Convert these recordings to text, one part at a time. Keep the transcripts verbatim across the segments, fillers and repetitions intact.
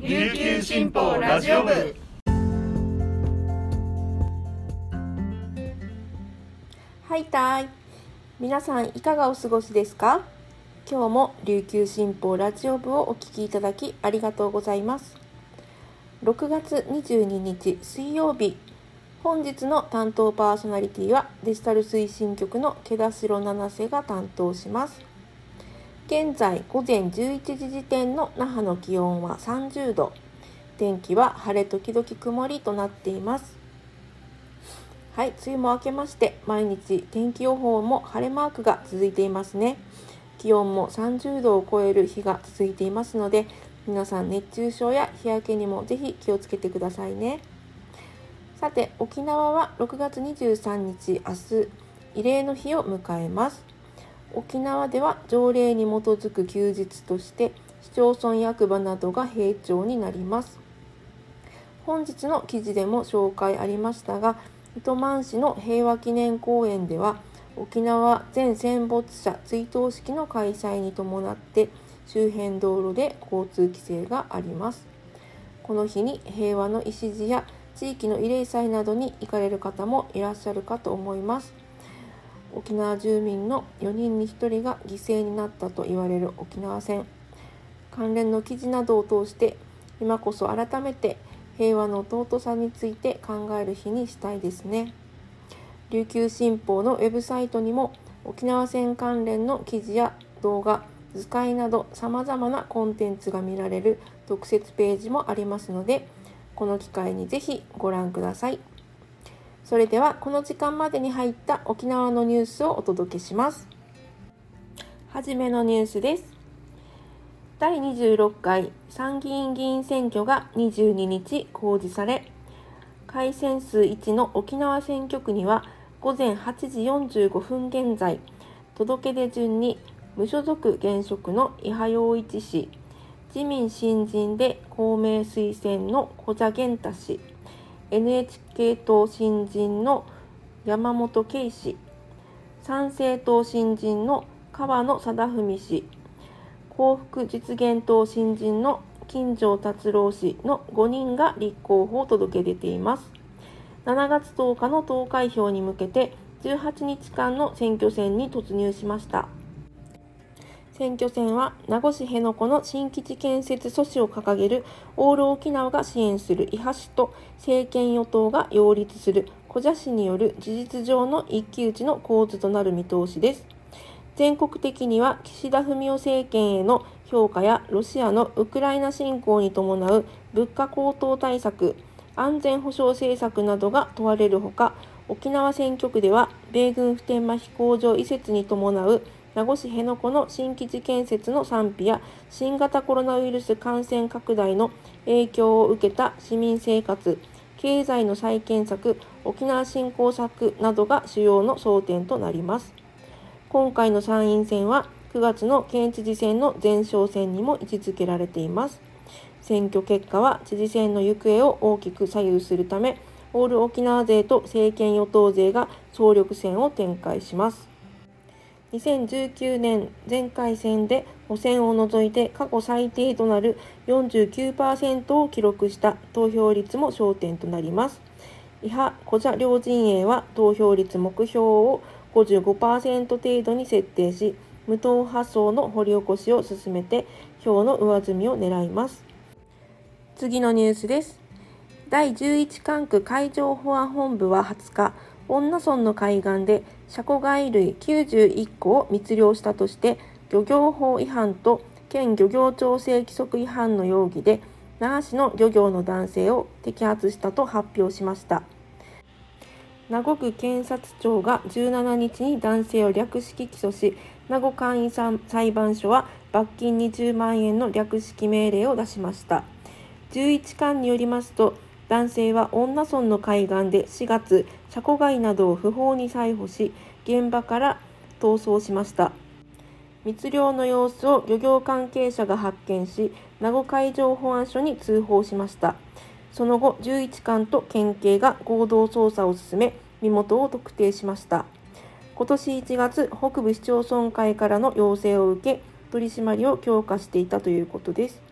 琉球新報ラジオ部。 はいたい、皆さんいかがお過ごしですか？今日も琉球新報ラジオ部をお聞きいただきありがとうございます。ろくがつにじゅうににち水曜日、本日の担当パーソナリティはデジタル推進局の毛田代七瀬が担当します。現在午前じゅういちじ時点の那覇の気温はさんじゅうど、天気は晴れ時々曇りとなっています。はい、梅雨も明けまして毎日天気予報も晴れマークが続いていますね。気温もさんじゅうどを超える日が続いていますので、皆さん熱中症や日焼けにもぜひ気をつけてくださいね。さて、沖縄はろくがつにじゅうさんにち明日、慰霊の日を迎えます。沖縄では条例に基づく休日として市町村役場などが閉庁になります。本日の記事でも紹介ありましたが、糸満市の平和記念公園では沖縄全戦没者追悼式の開催に伴って周辺道路で交通規制があります。この日に平和の礎や地域の慰霊祭などに行かれる方もいらっしゃるかと思います。沖縄住民のよにんにひとりが犠牲になったと言われる沖縄戦、関連の記事などを通して今こそ改めて平和の尊さについて考える日にしたいですね。琉球新報のウェブサイトにも沖縄戦関連の記事や動画、図解など様々なコンテンツが見られる特設ページもありますので、この機会にぜひご覧ください。それではこの時間までに入った沖縄のニュースをお届けします。はじめのニュースです。だいにじゅうろっかい参議院議員選挙がにじゅうににち公示され、改選数いちの沖縄選挙区には午前はちじよんじゅうごふん現在、届け出順に無所属現職の伊波洋一氏、自民新人で公明推薦の古謝玄太氏、エヌエイチケー 党新人の山本圭氏、参政党新人の川野貞文氏、幸福実現党新人の金城達郎氏のごにんが立候補を届け出ています。しちがつとおかの投開票に向けてじゅうはちにちかんの選挙戦に突入しました。選挙戦は名護市辺野古の新基地建設阻止を掲げるオール沖縄が支援する伊波氏と政権与党が擁立する古謝氏による事実上の一騎打ちの構図となる見通しです。全国的には岸田文雄政権への評価やロシアのウクライナ侵攻に伴う物価高騰対策、安全保障政策などが問われるほか、沖縄選挙区では米軍普天間飛行場移設に伴う名護市辺野古の新基地建設の賛否や新型コロナウイルス感染拡大の影響を受けた市民生活、経済の再建策、沖縄振興策などが主要の争点となります。今回の参院選はくがつの県知事選の前哨戦にも位置づけられています。選挙結果は知事選の行方を大きく左右するため、オール沖縄勢と政権与党勢が総力戦を展開します。にせんじゅうきゅうねん前回選で補選を除いて過去最低となる よんじゅうきゅうパーセント を記録した投票率も焦点となります。伊波・古謝両陣営は投票率目標を ごじゅうごパーセント 程度に設定し、無党派層の掘り起こしを進めて票の上積みを狙います。次のニュースです。だいじゅういち管区海上保安本部ははつか、恩納村の海岸でシャコ貝類きゅうじゅういっこを密漁したとして漁業法違反と県漁業調整規則違反の容疑で那覇市の漁業の男性を摘発したと発表しました。名護区検察庁がじゅうしちにちに男性を略式起訴し、名護簡易裁判所は罰金にじゅうまんえんの略式命令を出しました。じゅういちかんによりますと、男性は恩納村の海岸でしがつ、シャコ貝などを不法に採捕し、現場から逃走しました。密漁の様子を漁業関係者が発見し、名護海上保安署に通報しました。その後、じゅういちかんと県警が合同捜査を進め、身元を特定しました。今年いちがつ、北部市町村会からの要請を受け、取り締まりを強化していたということです。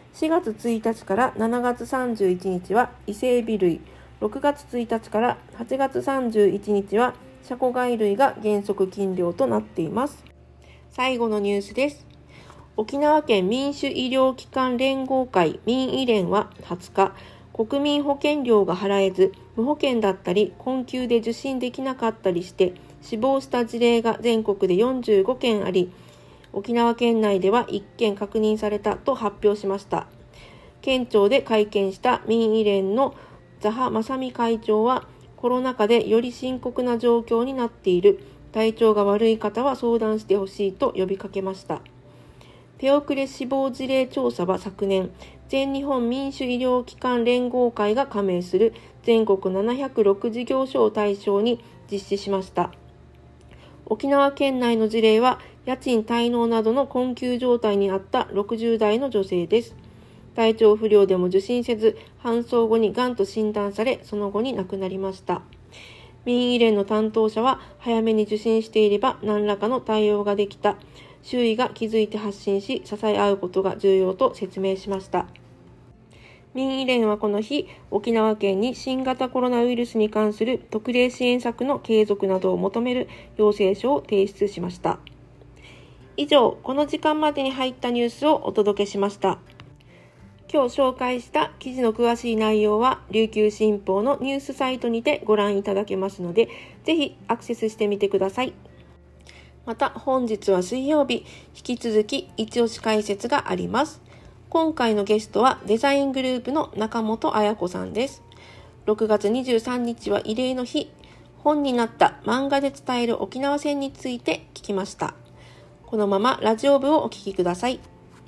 しがつついたちからしちがつさんじゅういちにちは伊勢エビ類、ろくがつついたちからはちがつさんじゅういちにちはシャコガイ類が原則禁漁となっています。最後のニュースです。沖縄県民主医療機関連合会民医連ははつか、国民保険料が払えず無保険だったり困窮で受診できなかったりして死亡した事例が全国でよんじゅうごけんあり、沖縄県内ではいっけん確認されたと発表しました。県庁で会見した民医連の座波正美会長は、コロナ禍でより深刻な状況になっている、体調が悪い方は相談してほしいと呼びかけました。手遅れ死亡事例調査は昨年、全日本民主医療機関連合会が加盟する全国ななひゃくろく事業所を対象に実施しました。沖縄県内の事例は、家賃滞納などの困窮状態にあったろくじゅうだいの女性です。体調不良でも受診せず、搬送後にがんと診断され、その後に亡くなりました。民医連の担当者は、早めに受診していれば何らかの対応ができた。周囲が気づいて発信し、支え合うことが重要と説明しました。民医連はこの日、沖縄県に新型コロナウイルスに関する特例支援策の継続などを求める要請書を提出しました。以上、この時間までに入ったニュースをお届けしました。今日紹介した記事の詳しい内容は、琉球新報のニュースサイトにてご覧いただけますので、ぜひアクセスしてみてください。また、本日は水曜日、引き続き一押し解説があります。今回のゲストはデザイングループの中本彩子さんです。ろくがつにじゅうさんにちは慰霊の日。本になった漫画で伝える沖縄戦について聞きました。このままラジオ部をお聞きください。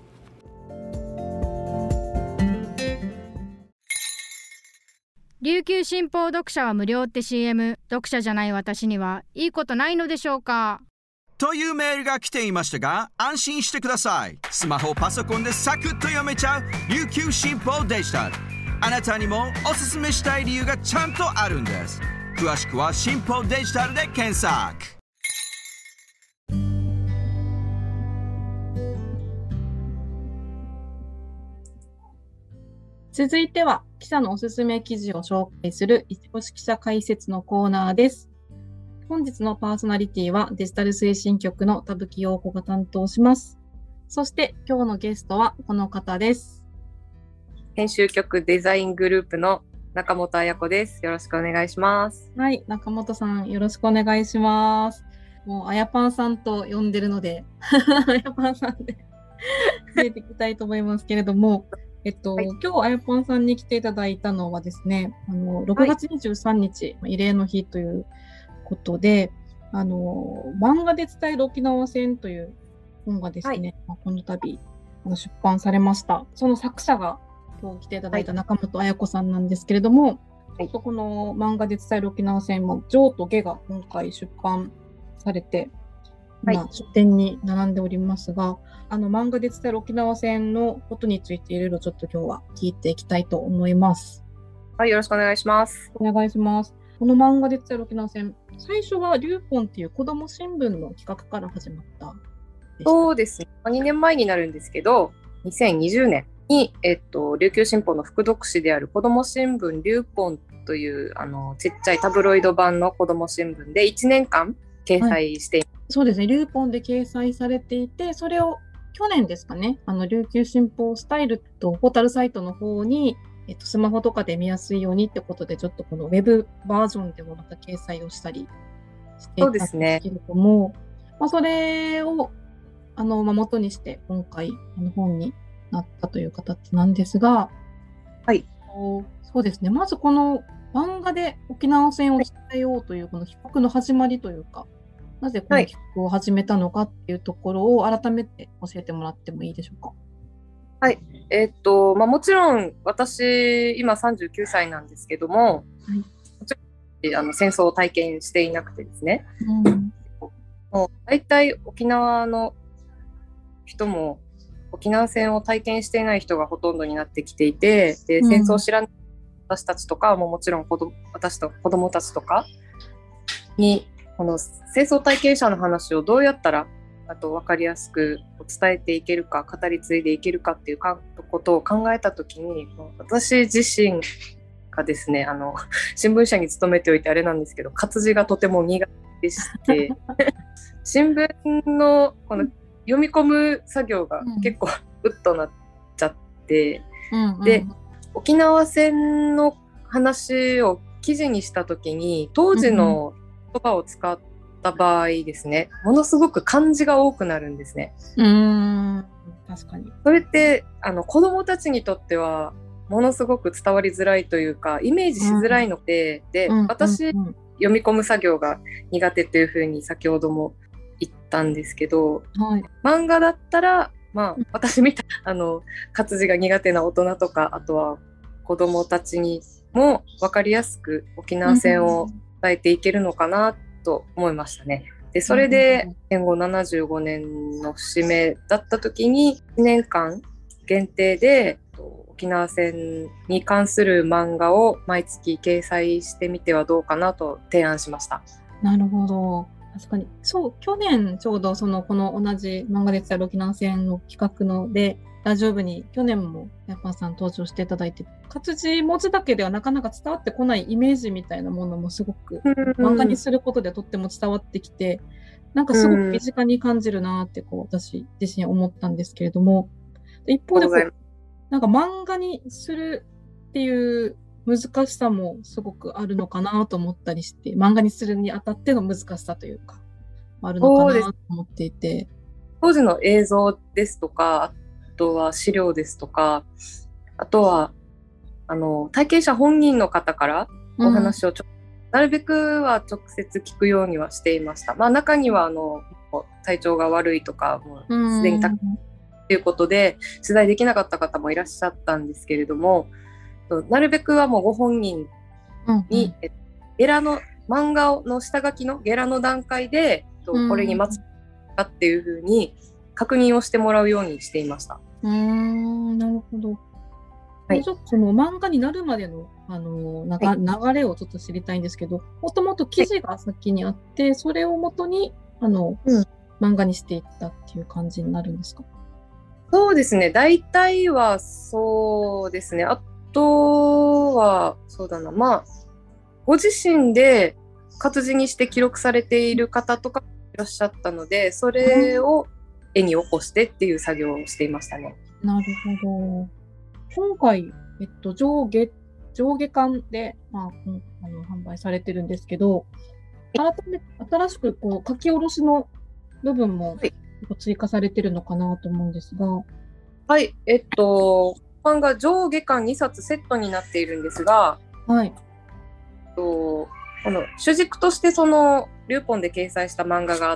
琉球新報読者は無料って シーエム、読者じゃない私にはいいことないのでしょうかというメールが来ていましたが、安心してください。スマホパソコンでサクッと読めちゃう琉球新報デジタル。あなたにもおすすめしたい理由がちゃんとあるんです。詳しくは新報デジタルで検索。 続いては記者のおすすめ記事を紹介する一押し記者解説のコーナーです。本日のパーソナリティはデジタル推進局の田吹陽子が担当します。そして今日のゲストはこの方です。 編集局デザイングループの中本彩子です。よろしくお願いします。 はい、中本さんよろしくお願いします。もうあやぱんさんと呼んでるのであやぱんさんで出ていきたいと思いますけれども、えっと、はい、今日あやぱんさんに来ていただいたのはですね、あのろくがつにじゅうさんにち、はい、慰霊の日ということで、あの漫画で伝える沖縄戦という本がですね、はい、この度あの出版されました。その作者が今日来ていただいた中本彩子さんなんですけれども、はい、この漫画で伝える沖縄戦もジョーとゲが今回出版されて、今、はい、書店に並んでおりますが、あの漫画で伝える沖縄戦のことについていろいろちょっと今日は聞いていきたいと思います。 はい、よろしくお願いします。 お願いします。この漫画で伝える沖縄戦、最初はリューポンっていう子ども新聞の企画から始まったでした。 そうですね。にねんまえになるんですけど、にせんにじゅうねんに、えっと、琉球新報の副読誌である子ども新聞リューポンというあのちっちゃいタブロイド版の子ども新聞でいちねんかん掲載しています。はい、 そうですね。リューポンで掲載されていて、それを去年ですかね、あの琉球新報スタイルとポータルサイトの方に、えっと、スマホとかで見やすいようにってことで、ちょっとこのウェブバージョンでもまた掲載をしたりしていたんですけれども、そ, ねまあ、それをあの、まあ、元にして今回あの本になったという形なんですが、 はい、 そうですね。まずこの漫画で沖縄戦を伝えようというこの企画の始まりというか、なぜこの企画を始めたのかっていうところを改めて教えてもらってもいいでしょうか。 はい、えーっとまあ、もちろん私今さんじゅうきゅうさいなんですけども、はい、もちろんあの戦争を体験していなくてですね、うん、もう大体沖縄の人も沖縄戦を体験していない人がほとんどになってきていて、で戦争を知らない私たちとかももちろん子ど私と子どもたちとかにこの戦争体験者の話をどうやったらあと分かりやすく伝えていけるか、語り継いでいけるかっていうことを考えたときに、私自身がですね、あの新聞社に勤めておいてあれなんですけど、活字がとても苦手でして新聞のこの読み込む作業が結構うっとなっちゃって、うんうん、で沖縄戦の話を記事にしたときに当時の言葉を使った場合ですね、ものすごく漢字が多くなるんですね。 うーん、確かに。 それってあの子どもたちにとってはものすごく伝わりづらいというかイメージしづらいので、うん、で、うん、私、うん、読み込む作業が苦手というふうに先ほども言ったんですけど、はい、漫画だったら、まあ、私みたいなあの活字が苦手な大人とか、あとは子どもたちにも分かりやすく沖縄戦を伝えていけるのかなと思いましたね。でそれで戦後ななじゅうごねんの節目だった時にいちねんかん限定で沖縄戦に関する漫画を毎月掲載してみてはどうかなと提案しました。 なるほど。確かにそう去年ちょうどそのこの同じ漫画で伝える沖縄戦の企画のでラジオ部に去年もやっぱさん登場していただいて、活字文字だけではなかなか伝わってこないイメージみたいなものもすごく漫画にすることでとっても伝わってきて、なんかすごく身近に感じるなってこう私自身思ったんですけれども、一方でこうなんか漫画にするっていう難しさもすごくあるのかなと思ったりして、漫画にするにあたっての難しさというかあるのかなと思っていて、 当時の映像ですとか、あとは資料ですとか、あとはあの体験者本人の方からお話をちょ、うん、なるべくは直接聞くようにはしていました。まあ、中にはあの体調が悪いとかもうすでにたくさんということで取材できなかった方もいらっしゃったんですけれども、なるべくはもうご本人に、うんうん、ゲラの漫画の下書きのゲラの段階で、うん、これにまつかっていうふうに確認をしてもらうようにしていました。 うーん、なるほど。はい、ちょっとその漫画になるまでの、あのなが、はい、流れをちょっと知りたいんですけど、もともと記事が先にあって、はい、それをもとにあの、うん、漫画にしていったっていう感じになるんですか？ そうですね、大体はそうですね。あとはそうだな、まあご自身で活字にして記録されている方とかいらっしゃったので、それを絵に起こしてっていう作業をしていましたね。 なるほど。今回、えっと、上下上下巻で、まあ、あの販売されてるんですけど、改めて新しくこう書き下ろしの部分も追加されてるのかなと思うんですが。 はい、えっと漫画上下巻にさつセットになっているんですが、 はい、 えっとこの主軸としてそのリューポンで掲載した漫画があって、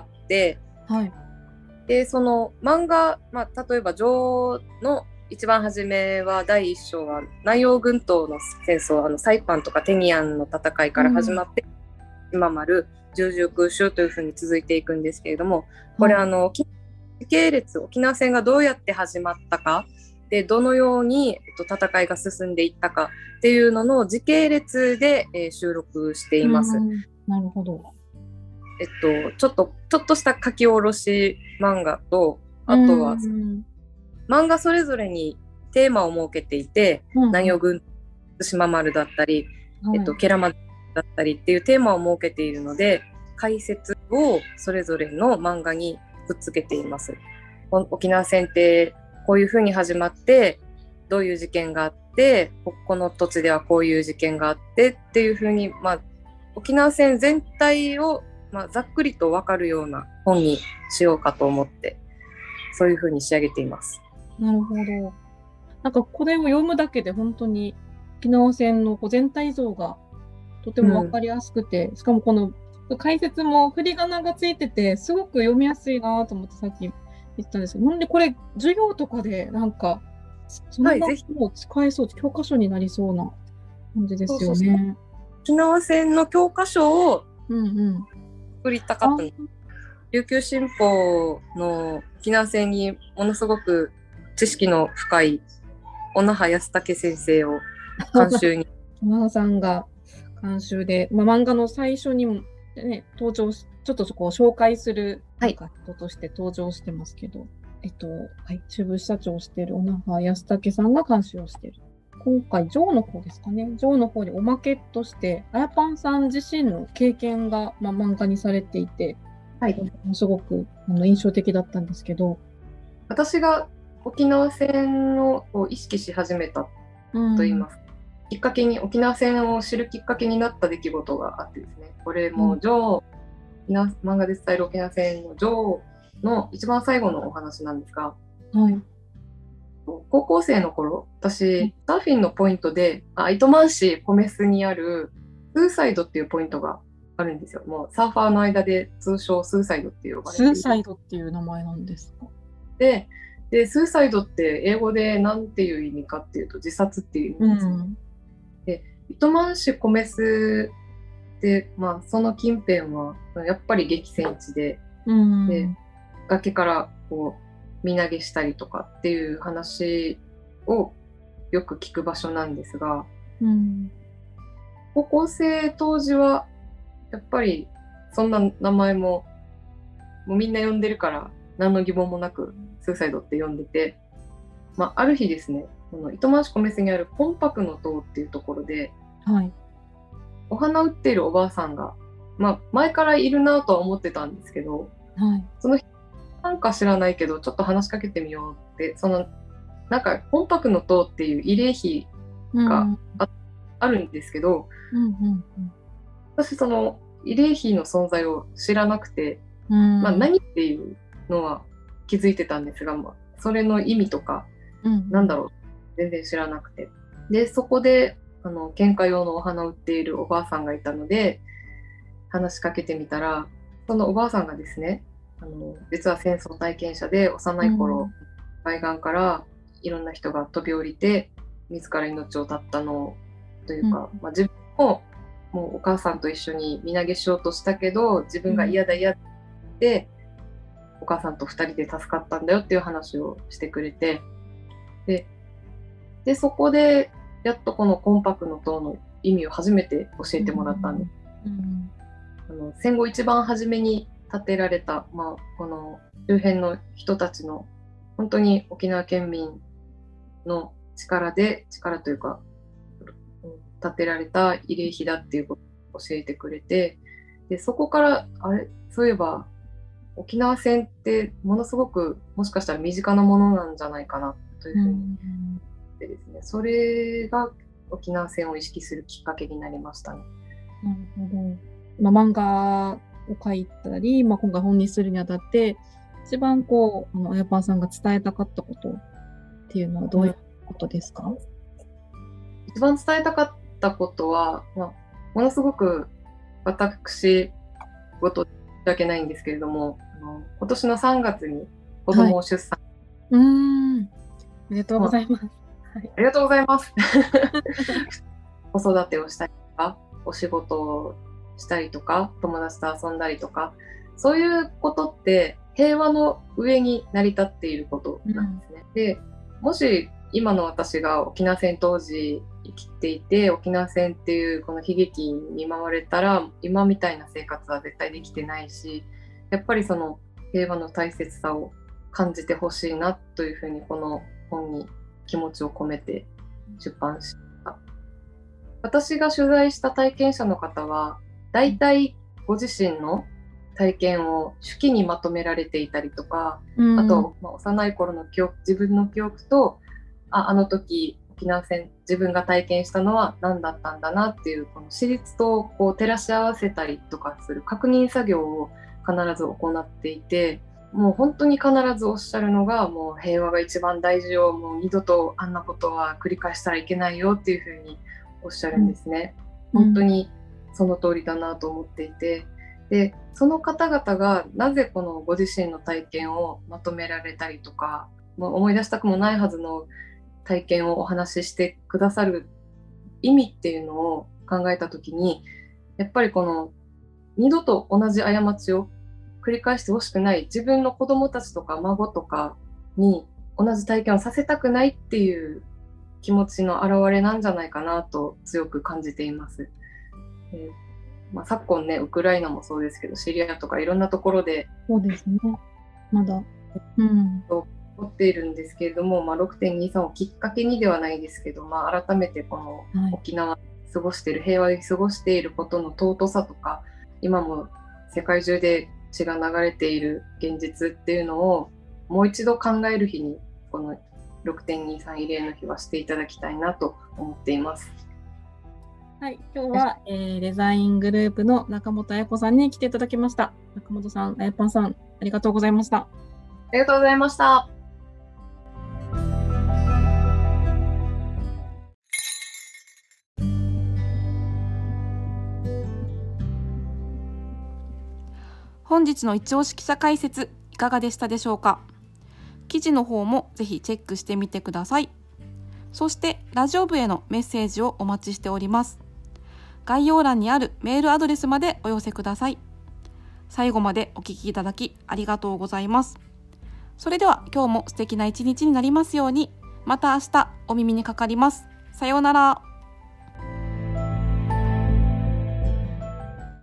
はい、 でその漫画、まあ、例えば上の一番初めはだいいっ章は南洋群島の戦争、あのサイパンとかテニアンの戦いから始まって、うん、今丸十字空襲というふうに続いていくんですけれども、これ、うん、あの時系列、沖縄戦がどうやって始まったかでどのように、えっと、戦いが進んでいったかっていうのの時系列で、えー、収録しています。 うん、なるほど。 えっと、ちょっとちょっとした書き下ろし漫画と、あとは、うん、漫画それぞれにテーマを設けていて、うん、南洋群島丸だったり、うんえっと、ケラマだったりっていうテーマを設けているので、解説をそれぞれの漫画にくっつけています。沖縄戦ってこういう風に始まってどういう事件があって、ここの土地ではこういう事件があってっていう風に、まあ、沖縄戦全体を、まあ、ざっくりと分かるような本にしようかと思ってそういう風に仕上げています。 なるほど。なんかこれを読むだけで本当に沖縄戦の全体像がとても分かりやすくて、うん、しかもこの解説も振り仮名がついててすごく読みやすいなと思ってさっき言ったんですけど、なんでこれ授業とかでなんかそのままも使えそう、はい、教科書になりそうな感じですよね。そうそうそう、 沖縄戦の教科書を作りたかった、 うんうん、 琉球新報の沖縄戦にものすごく知識の深い小那覇康武先生を監修に小那覇さんが監修で、まあ、漫画の最初にもね、登場し、ちょっとそこを紹介するはいなんか人として登場してますけど、えっと、はい、中部支社長をしている小長康武さんが監修をしている。今回、ジョーの方ですかね。ジョーの方におまけとして、あやぱんさん自身の経験が、まあ、漫画にされていて、 はい、 ものすごくあの印象的だったんですけど、 私が沖縄戦を意識し始めたと言います、うん、きっかけに沖縄戦を知るきっかけになった出来事があってですね、これもジョー、うん、漫画で伝える沖縄戦のジョーの一番最後のお話なんですが、 はい、 高校生の頃、私サーフィンのポイントであ糸満市米須にあるスーサイドっていうポイントがあるんですよ。もうサーファーの間で通称スーサイドって呼ばれている。 スーサイドっていう名前なんですか？ ででスーサイドって英語で何ていう意味かっていうと自殺っていう意味ですね、うん、で糸満市米須で、まあ、その近辺はやっぱり激戦地で、うん、で崖からこう身投げしたりとかっていう話をよく聞く場所なんですが、うん、高校生当時はやっぱりそんな名前も、もうみんな呼んでるから何の疑問もなくスーサイドって呼んでて、まあ、ある日ですね、この糸満市米須にある金箔の塔っていうところで、はい、お花売っているおばあさんが、まあ、前からいるなとは思ってたんですけど、はい、その人なんか知らないけどちょっと話しかけてみようって、そのなんか金箔の塔っていう慰霊碑が あ,、うん、あるんですけど、うんうんうん、私その慰霊碑の存在を知らなくて、うんまあ、何っていうのは気づいてたんですが、まあ、それの意味とか、うん、なんだろう全然知らなくて、でそこであの献花用のお花を売っているおばあさんがいたので話しかけてみたら、そのおばあさんがですね、あの実は戦争体験者で幼い頃、うん、海岸からいろんな人が飛び降りて自ら命を絶ったのというか、うんまあ、自分ももうお母さんと一緒に身投げしようとしたけど自分が嫌だ嫌で、うん、お母さんとふたりで助かったんだよっていう話をしてくれて、で、でそこでやっとこの金箔の塔の意味を初めて教えてもらったんです、うんうん、あの戦後一番初めに建てられた、まあ、この周辺の人たちの本当に沖縄県民の力で力というか建てられた慰霊碑だっていうことを教えてくれて、でそこからあれそういえば沖縄戦ってものすごくもしかしたら身近なものなんじゃないかなというふうに思ってですね、それが沖縄戦を意識するきっかけになりましたね。 なるほど。まあ、漫画を書いたり、まあ、今回本にするにあたって一番こうあのあやぱんさんが伝えたかったことっていうのはどういうことですか？うん、 一番伝えたかったことは、まあ、ものすごく私事申し訳ないんですけれども、あの今年のさんがつに子供を出産、 はい、うーんおめでとうございます、 はい、ありがとうございます子育てをしたりとかお仕事をしたりとか友達と遊んだりとか、そういうことって平和の上に成り立っていることなんですね、うん、でもし今の私が沖縄戦当時生きていて沖縄戦っていうこの悲劇に見舞われたら今みたいな生活は絶対できてないし、やっぱりその平和の大切さを感じてほしいなというふうにこの本に気持ちを込めて出版しました。私が取材した体験者の方はだいたいご自身の体験を手記にまとめられていたりとか、うん、あと、まあ、幼い頃の記憶、自分の記憶とあ、あの時沖縄戦自分が体験したのは何だったんだなっていうこの史実とこう照らし合わせたりとかする確認作業を必ず行っていて、もう本当に必ずおっしゃるのがもう平和が一番大事よ、もう二度とあんなことは繰り返したらいけないよっていうふうにおっしゃるんですね、うん、本当にその通りだなと思っていて、でその方々がなぜこのご自身の体験をまとめられたりとか、もう思い出したくもないはずの体験をお話ししてくださる意味っていうのを考えたときに、やっぱりこの二度と同じ過ちを繰り返してほしくない、自分の子供たちとか孫とかに同じ体験をさせたくないっていう気持ちの表れなんじゃないかなと強く感じています。えーまあ、昨今ねウクライナもそうですけどシリアとかいろんなところでそうですね。まだ、うん、 起こっているんですけれども、まあ、ろくてんにさん をきっかけにではないですけど、まあ、改めてこの沖縄で過ごしている、はい、平和で過ごしていることの尊さとか、今も世界中で血が流れている現実っていうのをもう一度考える日にこの ろくてんにさん 慰霊の日はしていただきたいなと思っています。 はい、今日は、えー、デザイングループの中本彩子さんに来ていただきました。中本さん、あやぱんさん、ありがとうございました。 ありがとうございました。 本日の一押し記者解説いかがでしたでしょうか。記事の方もぜひチェックしてみてください。そしてラジオ部へのメッセージをお待ちしております。概要欄にあるメールアドレスまでお寄せください。最後までお聞きいただきありがとうございます。それでは今日も素敵な一日になりますように。また明日お耳にかかります。さようなら。